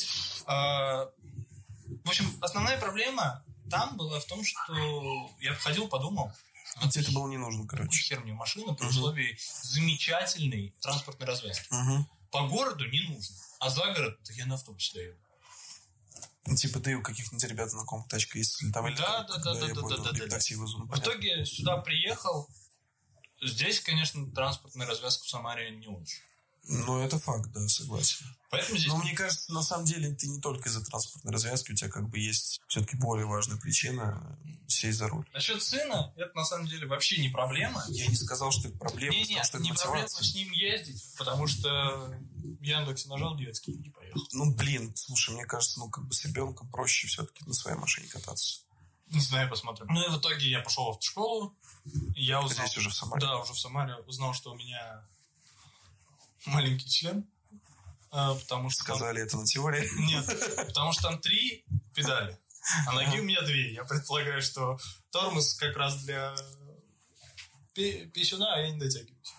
В общем, основная проблема там была в том, что я ходил, подумал. Тебе это было не нужно, короче. Хер мне машина при условии замечательной транспортной развязки. По городу не нужно. А за город я на автобусе доеду. Ты у каких-нибудь ребят знакомых тачка есть? Или там, да. Такси вызову. В итоге сюда приехал. Здесь, конечно, транспортная развязка в Самаре не очень. Это факт, да, согласен. Поэтому здесь... Но мне кажется, на самом деле, ты не только из-за транспортной развязки, у тебя как бы есть все-таки более важная причина сесть за руль. Насчет сына, это на самом деле вообще не проблема. Я не сказал, что это проблема, Нет, что это не мотивация. проблема с ним ездить, потому что в Яндексе нажал детский и поехал. Слушай, мне кажется, с ребенком проще все-таки на своей машине кататься. Не знаю, посмотрим. И в итоге я пошел в автошколу. Я узнал... Здесь уже в Самаре? Да, уже в Самаре. Узнал, что у меня маленький член. Потому что сказали это на теории? Нет, потому что там 3 педали, а ноги у меня 2. Я предполагаю, что тормоз как раз для писюна, а я не дотягиваюсь.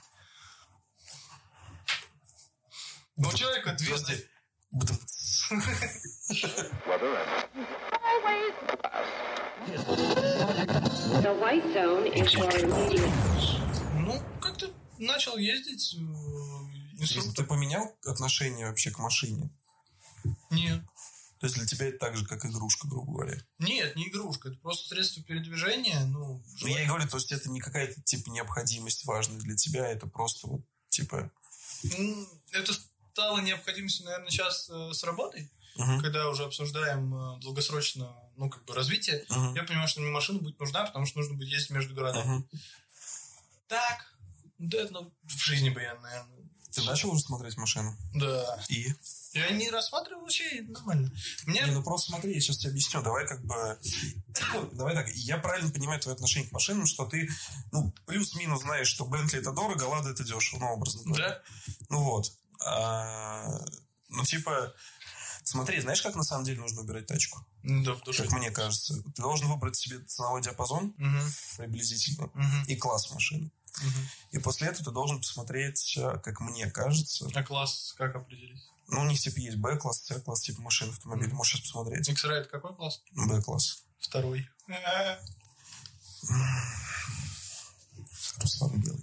Но у человека две... Ну, как-то начал ездить. Ты поменял отношение вообще к машине? Нет. То есть для тебя это так же, как игрушка, грубо говоря? Нет, не игрушка. Это просто средство передвижения. Ну, я и говорю, то есть это не какая-то типа необходимость важная для тебя, это просто вот типа... Это стало необходимостью, наверное, сейчас с работой. Когда уже обсуждаем долгосрочно, ну, как бы развитие, я понимаю, что мне машина будет нужна, потому что нужно будет ездить между городами. Так, да, ну, в жизни бы я, наверное... Ты начал уже смотреть машину? Да. И? Я не рассматривал вообще, нормально. Мне... Не, ну просто смотри, я сейчас тебе объясню. Давай как бы... Давай так, я правильно понимаю твое отношение к машинам, что ты, ну, плюс-минус знаешь, что Бентли это дорого, Лада это дешево, ну, образно говоря. Да. Ну вот. Ну, типа... Смотри, знаешь, как на самом деле нужно выбирать тачку? Да, в душе. Как мне кажется. Ты должен выбрать себе ценовой диапазон приблизительно и класс машины. И после этого ты должен посмотреть, как мне кажется... А класс как определить? Ну, у них типа есть Б-класс, С-класс, типа машин, автомобиль. Можешь сейчас посмотреть. X-Ray это какой класс? Б-класс. Второй. Руслан Белый.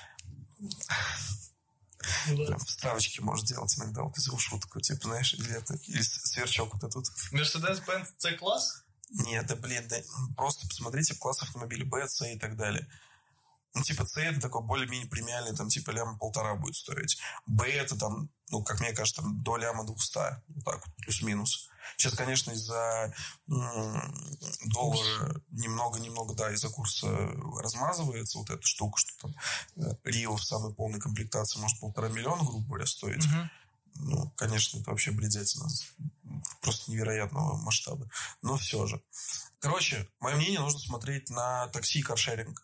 Прям в справочке можешь делать иногда вот эту шутку, типа, знаешь, или сверчок вот этот. Mercedes-Benz C-класс? Нет, да блин, да, просто посмотрите класс автомобиля Б, С и так далее. Ну, типа, С это такой более-менее премиальный, там, типа, ляма 1,5 будет стоить. Б это там, ну, как мне кажется, там, до ляма 200, вот так вот, плюс-минус. Сейчас, конечно, из-за доллара немного, да, из-за курса размазывается вот эта штука, что там Рио в самой полной комплектации может 1,5 миллиона, грубо говоря, стоить. Ну, конечно, это вообще бредятина. Просто невероятного масштаба. Но все же. Короче, мое мнение, нужно смотреть на такси и каршеринг.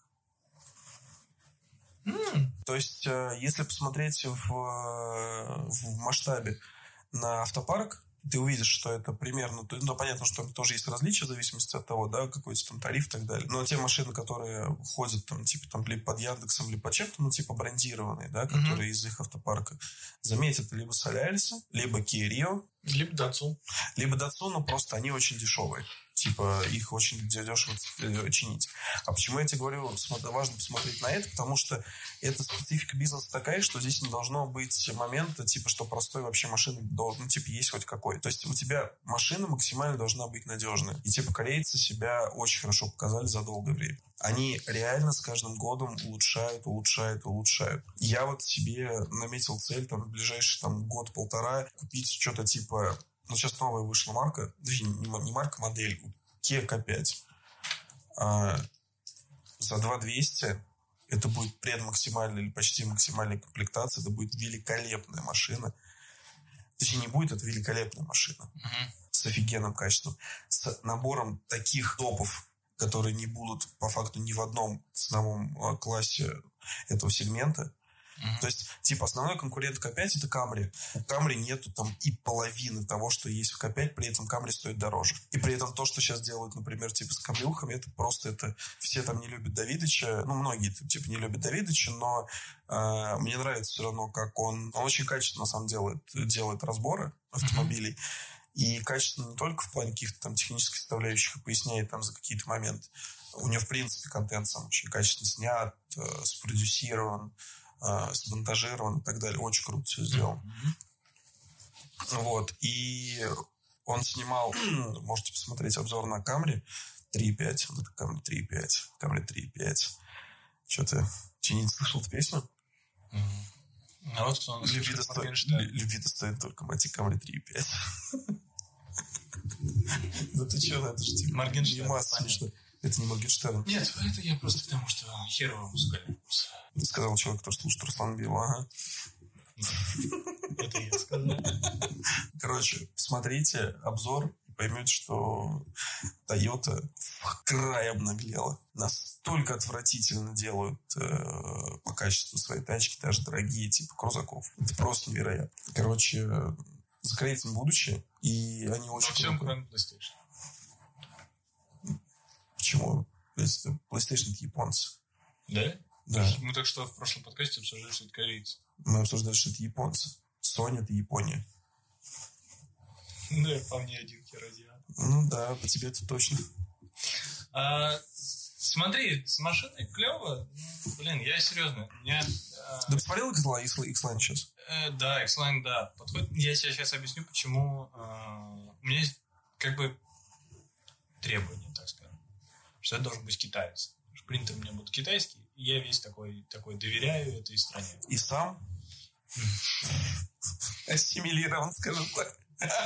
То есть, если посмотреть в масштабе на автопарк, ты увидишь, что это примерно... Ну, понятно, что там тоже есть различия в зависимости от того, да, какой-то там тариф и так далее. Но те машины, которые ходят там, типа, там, либо под Яндексом, либо под чем-то, ну, типа, брендированные, да, которые из их автопарка, заметят либо Солярис, либо Kia Rio. Либо Datsun. Либо Datsun, но просто они очень дешевые. Типа, их очень дешево чинить. А почему я тебе говорю, важно посмотреть на это? Потому что эта специфика бизнеса такая, что здесь не должно быть момента, типа, что простой вообще машины должен, ну, типа, есть хоть какой. То есть у тебя машина максимально должна быть надежная. И, типа, корейцы себя очень хорошо показали за долгое время. Они реально с каждым годом улучшают. Я вот себе наметил цель, там, в ближайший там, год-полтора купить что-то типа... Ну, сейчас новая вышла марка, точнее, не марка, модель, Kia K5. За 2200 это будет предмаксимальная или почти максимальная комплектация, это будет великолепная машина. Точнее, не будет, это великолепная машина. С офигенным качеством. С набором таких топов, которые не будут, по факту, ни в одном ценовом классе этого сегмента. То есть, типа, основной конкурент K5 это Camry. У Camry нету там и половины того, что есть в K5, при этом Camry стоит дороже. И при этом то, что сейчас делают, например, типа с камрюхами, это просто это... Все там не любят Давидыча, ну, многие типа не любят Давидыча, но мне нравится все равно, как он очень качественно, на самом деле, делает разборы автомобилей. И качественно не только в плане каких-то там технических составляющих и поясняет там за какие-то моменты. У него, в принципе, контент сам очень качественно снят, спродюсирован, смонтажирован и так далее. Очень круто все сделано. Вот. И он снимал, можете посмотреть обзор на Camry 3.5. Вот это Camry 3.5. Camry 3.5. Что ты не слышал эту песню? А вот кто Любви достоин только мать Camry 3.5. Да ты что, это же типа Моргенштерн. смешно. Это не Моргенштерн. Нет, это я просто к тому, что херовый музыкальный вкус. Ты сказал человек, который слушает Руслана Белого, ага. Это я сказал. Короче, смотрите обзор и поймете, что Toyota в край обнаглела. Настолько отвратительно делают по качеству свои тачки, даже дорогие, типа крузаков. Это просто невероятно. Короче, за корейцами будущее, и они очень... Во всем, кроме PlayStation. Почему? PlayStation это японцы. Да? Да. Мы так что в прошлом подкасте обсуждали, что это корейцы. Мы обсуждали, что это японцы. Sony — это Япония. Ну, по мне один херодиан. Ну да, по тебе это точно. Смотри, с машиной клево. Блин, я серьезно. Ты посмотрел X-Line сейчас? Да, X-Line, да. Подходит. Я тебе сейчас объясню, почему у меня есть как бы требования, так скажем. Что это должен быть китаец. Принтер у меня будет китайский, и я весь такой доверяю этой стране. И сам ассимилирован, скажем так.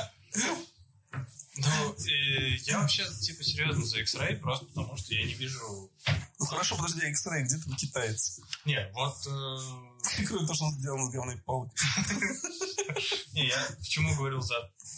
Ну, я вообще, типа, серьезно за X-Ray, просто потому что я не вижу... Ну, хорошо, подожди, X-Ray, где там китаец? Не, вот... Кроме того, что он сделан с говной палкой. Не, я почему говорил за...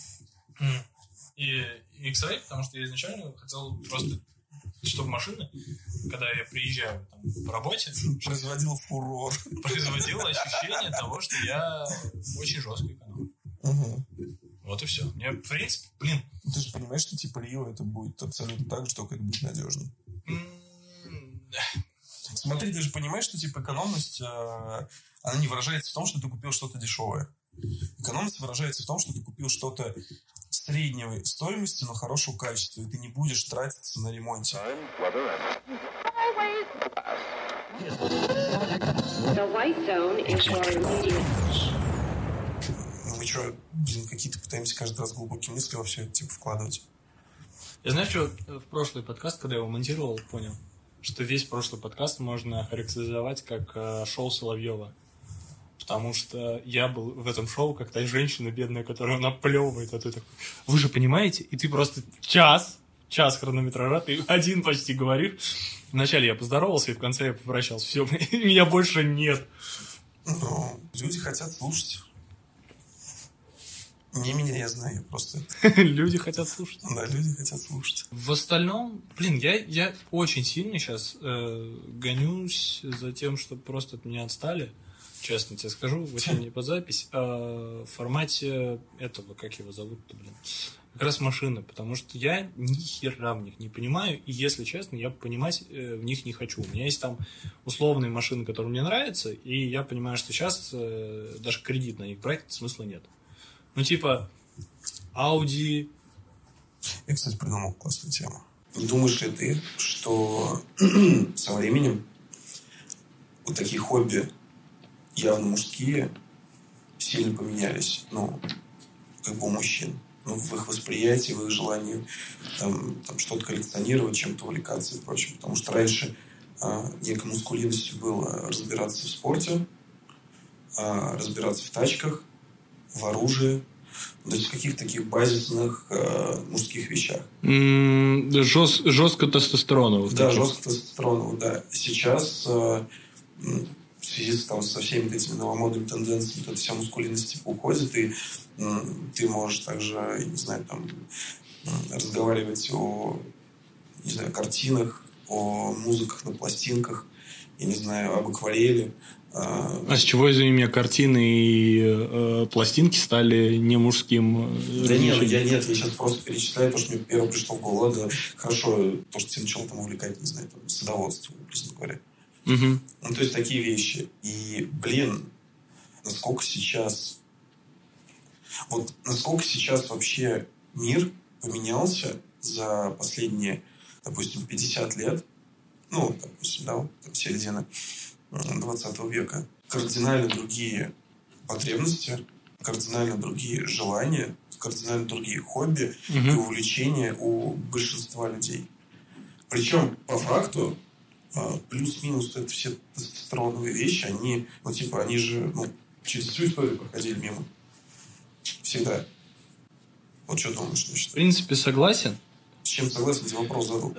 И X-Ray, потому что я изначально хотел просто, чтобы машина, когда я приезжаю там, по работе... Производил фурор. Производила ощущение того, что я очень жестко экономлю. Угу. Вот и все. Мне, в принципе, блин... Ты же понимаешь, что типа Рио это будет абсолютно так же, только это будет надежнее. Смотри, ты же понимаешь, что типа экономность, она не выражается в том, что ты купил что-то дешевое. Экономность выражается в том, что ты купил что-то средней стоимости, но хорошего качества, и ты не будешь тратиться на ремонте. Мы что, блин, какие-то пытаемся каждый раз глубокие мысли во все это типа вкладывать. Я знаю, что в прошлый подкаст, когда я его монтировал, понял, что весь прошлый подкаст можно характеризовать как шоу Соловьева. Потому что я был в этом шоу как та женщина бедная, которая наплевывает, а ты такой, вы же понимаете? И ты просто час хронометража, ты один почти говоришь. Вначале я поздоровался, и в конце я попрощался. Все, меня больше нет. Ну, люди хотят слушать. Не меня, я знаю, я просто... Люди хотят слушать. Да, люди хотят слушать. В остальном, блин, я очень сильно сейчас гонюсь за тем, чтобы просто от меня отстали. Честно тебе скажу, очень не под запись. В формате этого, как его зовут-то, блин. Как раз машины, потому что я ни хера в них не понимаю, и, если честно, я понимать в них не хочу. У меня есть там условные машины, которые мне нравятся, и я понимаю, что сейчас даже кредит на них брать смысла нет. Ну, типа, Audi... Я, кстати, придумал классную тему. Не думаешь ли ты, что со временем вот такие хобби явно мужские сильно поменялись, ну, как бы у мужчин, ну, в их восприятии, в их желании там что-то коллекционировать, чем-то увлекаться и прочее. Потому что раньше некой мускулинностью было разбираться в спорте, разбираться в тачках, в оружии, то есть в каких-то таких базисных мужских вещах. Жестко тестостероновых. Да, жестко тестостероновых, да. Сейчас в связи со всеми этими новомодными тенденциями эта вся мускулинность типа уходит, и ты можешь также, я не знаю, там разговаривать о, не знаю, картинах, о музыках на пластинках, я не знаю, об акварели. А с чего, извини меня, картины и пластинки стали не мужским? Да нет, я сейчас просто перечисляю то, что мне первое пришло в голову. Да, хорошо, то, что тебя начало там увлекать, не знаю, там, садоводство, честно говоря. Угу. Ну, то есть такие вещи. И, блин, насколько сейчас вообще мир поменялся за последние, допустим, 50 лет, ну, допустим, да, там, середина 20 века. Кардинально другие потребности, кардинально другие желания, кардинально другие хобби и увлечения у большинства людей. Причем, по факту, плюс-минус это все тестостероновые вещи, они, ну, типа, они же, ну, через всю историю проходили мимо. Всегда. Вот что думаешь, значит? В принципе, согласен. С чем согласен? Тебе вопрос задал.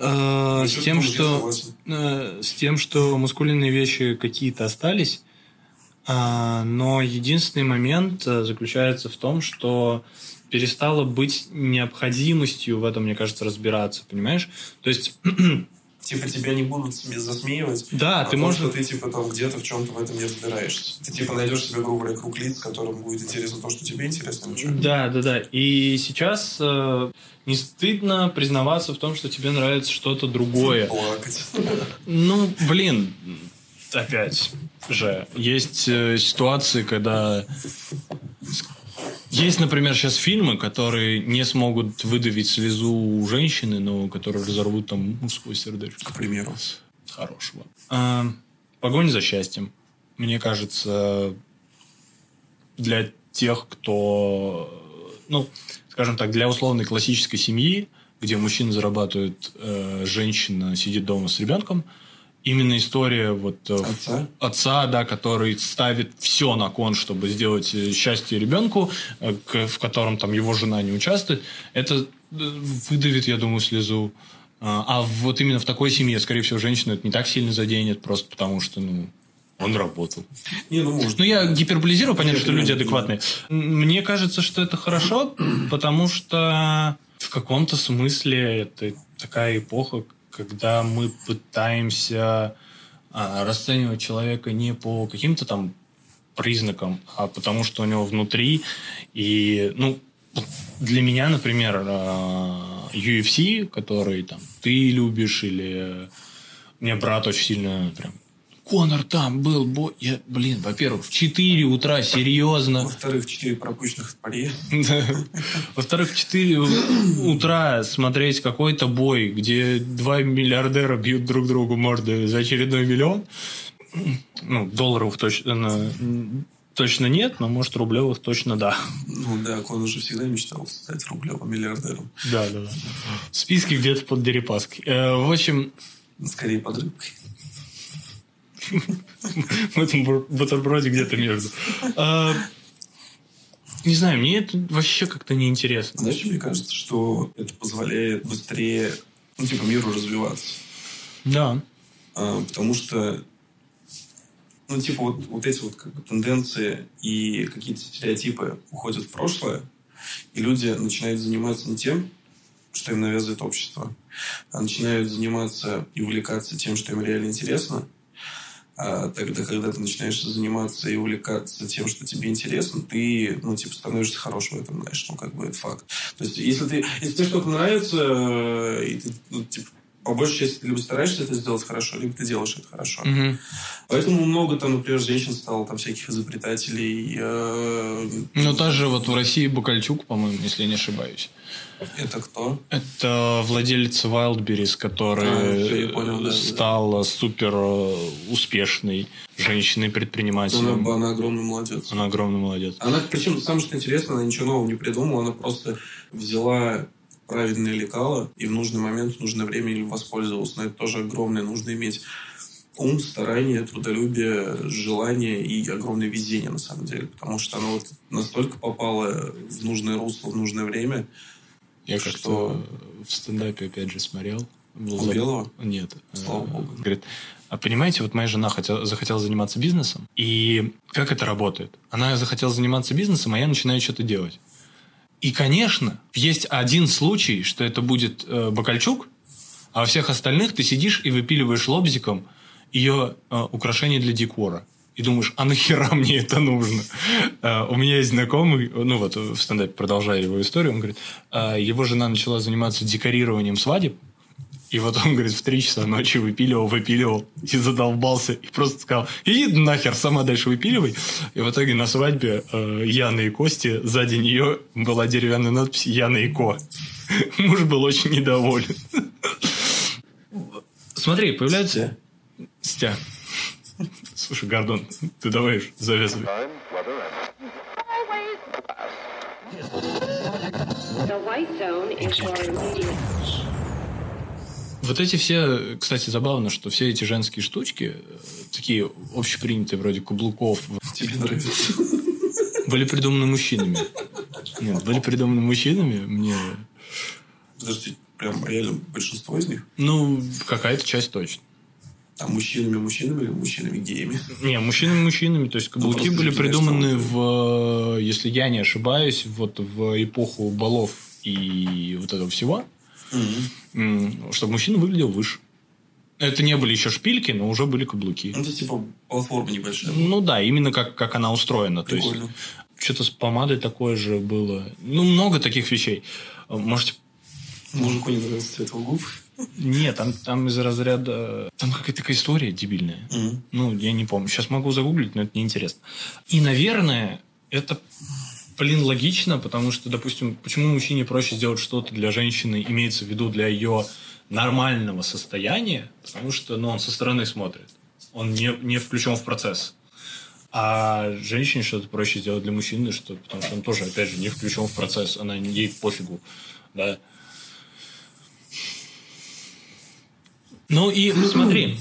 С тем, что мускулинные вещи какие-то остались, но единственный момент заключается в том, что перестало быть необходимостью в этом, мне кажется, разбираться, понимаешь? То есть... Типа тебя не будут засмеивать. Да, ты можешь... что ты типа там где-то в чем-то в этом не разбираешься. Ты типа найдешь себе, грубо говоря, круг лиц, которым будет интересно то, что тебе интересно. Да. И сейчас не стыдно признаваться в том, что тебе нравится что-то другое. Плакать. Ну, блин, опять же, есть ситуации, когда... Есть, например, сейчас фильмы, которые не смогут выдавить слезу у женщины, но которые разорвут там мужское сердечко. К примеру. Хорошего. «Погоня за счастьем». Мне кажется, для тех, кто... Ну, скажем так, для условной классической семьи, где мужчина зарабатывает, женщина сидит дома с ребенком, именно история вот отца, да, который ставит все на кон, чтобы сделать счастье ребенку, в котором там его жена не участвует, это выдавит, я думаю, слезу. А вот именно в такой семье, скорее всего, женщину это не так сильно заденет, просто потому что, он работал. Я гиперболизирую, понятно, что люди адекватные. Мне кажется, что это хорошо, потому что в каком-то смысле это такая эпоха, когда мы пытаемся расценивать человека не по каким-то там признакам, а потому что у него внутри. И, для меня, например, UFC, который там ты любишь, или мне брат очень сильно прям... Конор там был, во-первых, в 4 утра, серьезно. Во-вторых, 4 пропущенных от пари. Во-вторых, в 4 утра смотреть какой-то бой, где 2 миллиардера бьют друг другу морды за очередной миллион. Долларов точно нет, но, может, рублевых точно да. Конор же всегда мечтал стать рублевым миллиардером. Да. Списки где-то под Дерипаской. В общем... Скорее под рыбкой. В этом бутерброде где-то между. Не знаю, мне это вообще как-то неинтересно. Знаешь, мне кажется, что это позволяет быстрее миру развиваться. Да. Потому что вот эти вот тенденции и какие-то стереотипы уходят в прошлое, и люди начинают заниматься не тем, что им навязывает общество, а начинают заниматься и увлекаться тем, что им реально интересно. А тогда, когда ты начинаешь заниматься и увлекаться тем, что тебе интересно, ты, становишься хорошим в этом, знаешь, это факт. То есть, если тебе что-то нравится, и ты, по большей части ты либо стараешься это сделать хорошо, либо ты делаешь это хорошо. Угу. Поэтому много например, женщин стало всяких изобретателей. Та же вот в России Бакальчук, по-моему, если я не ошибаюсь. Это кто? Это владелец Wildberries, который стал супер успешной женщиной-предпринимателем. Она огромный молодец. Она, причем, самое что интересно, она ничего нового не придумала, она просто взяла правильное лекало и в нужный момент, в нужное время им воспользовалась. Но это тоже огромное. Нужно иметь ум, старание, трудолюбие, желание и огромное везение, на самом деле. Потому что она настолько попала в нужное русло, в нужное время. Я как-то в стендапе, опять же, смотрел. У Белого? Нет. Слава богу. Говорит, понимаете, вот моя жена захотела заниматься бизнесом, и как это работает? Она захотела заниматься бизнесом, а я начинаю что-то делать. И, конечно, есть один случай, что это будет Бакальчук, а во всех остальных ты сидишь и выпиливаешь лобзиком ее украшение для декора. И думаешь, а нахера мне это нужно? У меня есть знакомый, в стендапе, продолжая его историю, он говорит, его жена начала заниматься декорированием свадеб, и вот он, говорит, в 3 часа ночи выпиливал и задолбался, и просто сказал, иди нахер, сама дальше выпиливай. И в итоге на свадьбе Яны и Кости, сзади нее была деревянная надпись «Яна и Ко». Муж был очень недоволен. Смотри, появляется... Стя. Слушай, Гордон, ты давай завязывай. Вот эти все, кстати, забавно, что все эти женские штучки, такие общепринятые, вроде каблуков, тебе нравится, были придуманы мужчинами. Нет, были придуманы мужчинами. Мне... Подожди, прям реально большинство из них? Какая-то часть точно. А мужчинами или мужчинами-геями? Не, мужчинами. То есть, каблуки были придуманы если я не ошибаюсь, в эпоху балов и вот этого всего, чтобы мужчина выглядел выше. Это не были еще шпильки, но уже были каблуки. Это типа платформа небольшая. Да, именно как она устроена. Прикольно. То есть, что-то с помадой такое же было. Много таких вещей. Можете... Мужику не нравится цвет губ. Нет, там из разряда... Там какая-то такая история дебильная. Ну, я не помню. Сейчас могу загуглить, но это неинтересно. И, наверное, это, логично, потому что, допустим, почему мужчине проще сделать что-то для женщины, имеется в виду для ее нормального состояния, потому что, он со стороны смотрит. Он не включен в процесс. А женщине что-то проще сделать для мужчины, потому что он тоже, опять же, не включен в процесс. Ей пофигу. Да. Ну и смотри,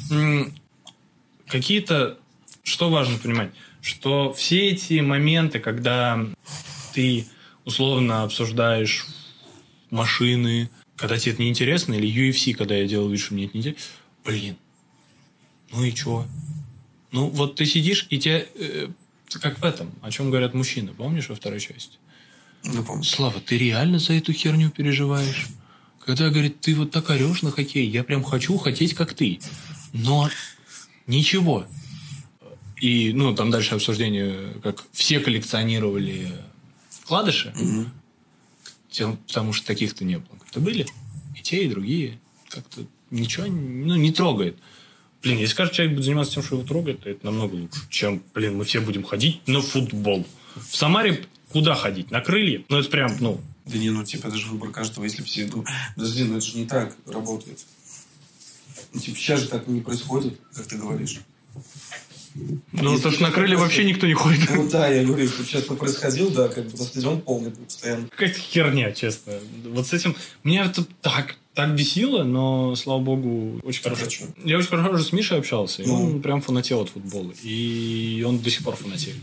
что важно понимать, что все эти моменты, когда ты условно обсуждаешь машины, когда тебе это неинтересно, или UFC, когда я делал вид, что мне это неинтересно, ну и чё? Ну вот ты сидишь, и тебе, как в этом, о чем говорят мужчины, помнишь во второй части? Ну, помню. Слава, ты реально за эту херню переживаешь? Когда, говорит, ты вот так орешь на хоккей, я прям хочу хотеть, как ты. Но ничего. И, там дальше обсуждение, как все коллекционировали вкладыши, потому что таких-то не было. Как-то были и те, и другие. Как-то ничего не трогает. Если каждый человек будет заниматься тем, что его трогает, то это намного лучше, чем, мы все будем ходить на футбол. В Самаре куда ходить? На крылья? Это прям, Да не, это же выбор каждого, если все это... Подожди, это же не так работает. Сейчас же так не происходит, как ты говоришь. Потому что на крылья вообще никто не ходит. Ну да, я говорю, что сейчас происходило, да, стадион полный постоянно. Какая-то херня, честно. Вот с этим... Меня это так бесило, но, слава богу, очень хорошо. Я очень хорошо уже с Мишей общался, и он прям фанател от футбола. И он до сих пор фанатеет.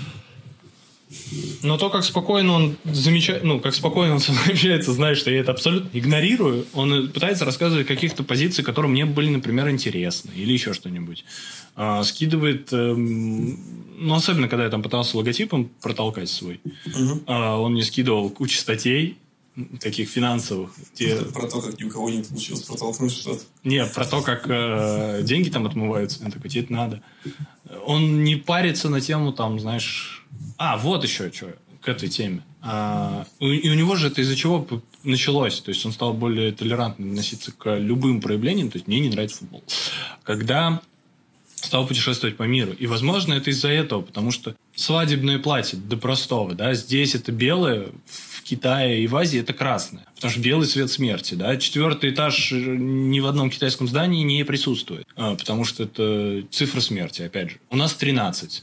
Но то, как спокойно он как спокойно он со мной общается, зная, что я это абсолютно игнорирую, он пытается рассказывать о каких-то позициях, которые мне были, например, интересны, или еще что-нибудь. Скидывает, особенно, когда я там пытался логотипом протолкать свой, он мне скидывал кучу статей, таких финансовых. Про то, как ни у кого не получилось протолкнуть что-то. Не, про то, как деньги там отмываются. Я такой, тебе это надо. Он не парится на тему, знаешь... вот еще что, к этой теме. И у него же это из-за чего началось. То есть он стал более толерантно относиться к любым проявлениям. То есть мне не нравится футбол. Когда стал путешествовать по миру. И, возможно, это из-за этого. Потому что свадебное платье до простого. Да, здесь это белое, в Китае и в Азии это красное. Потому что белый цвет смерти. Да? 4-й этаж ни в одном китайском здании не присутствует. Потому что это цифра смерти, опять же. У нас 13.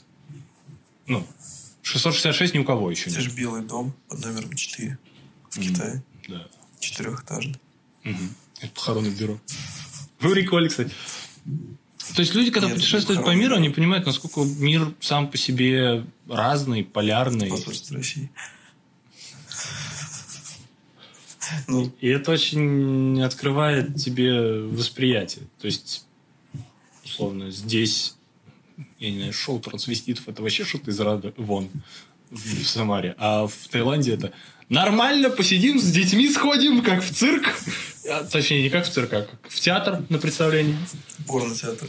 666 ни у кого еще нет. Это же Белый дом под номером 4 в Китае. Да. 4-этажный. Это похоронное бюро. Прикольно, кстати. То есть люди, когда путешествуют по миру, они понимают, насколько мир сам по себе разный, полярный. Посольство России. И это очень открывает тебе восприятие. То есть, условно, здесь... Я не знаю, шоу трансвеститов это вообще что-то из рада вон в Самаре. А в Таиланде это нормально, посидим с детьми, сходим, как в цирк. Точнее, не как в цирк, а как в театр на представлении. Порно-театр.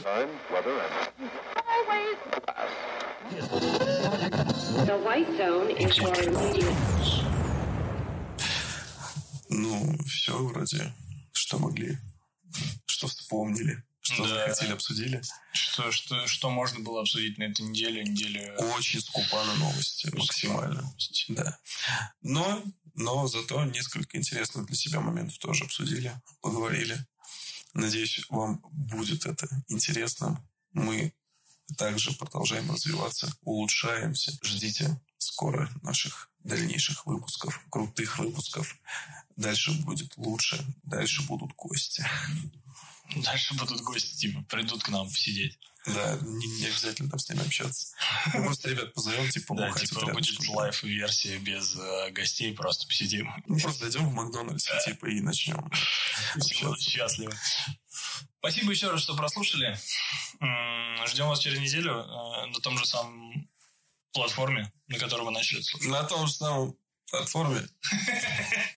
Все вроде, что могли, что вспомнили. Что захотели, обсудили. Что можно было обсудить на этой неделе? Очень скупа на новости. Максимально. Да. Но зато несколько интересных для себя моментов тоже обсудили, поговорили. Надеюсь, вам будет это интересно. Мы также продолжаем развиваться, улучшаемся. Ждите скоро наших дальнейших выпусков, крутых выпусков. Дальше будет лучше. Дальше будут гости. Дальше будут гости, придут к нам посидеть. Да, не обязательно там с ними общаться. Мы просто ребят позовем, бухать. Да, будет лайв-версия без гостей, просто посидим. Мы просто зайдем в Макдональдс, и начнем. Все будут счастливы. Спасибо еще раз, что прослушали. Ждем вас через неделю на том же самом платформе, на которой вы начали слушать. На том же самом платформе.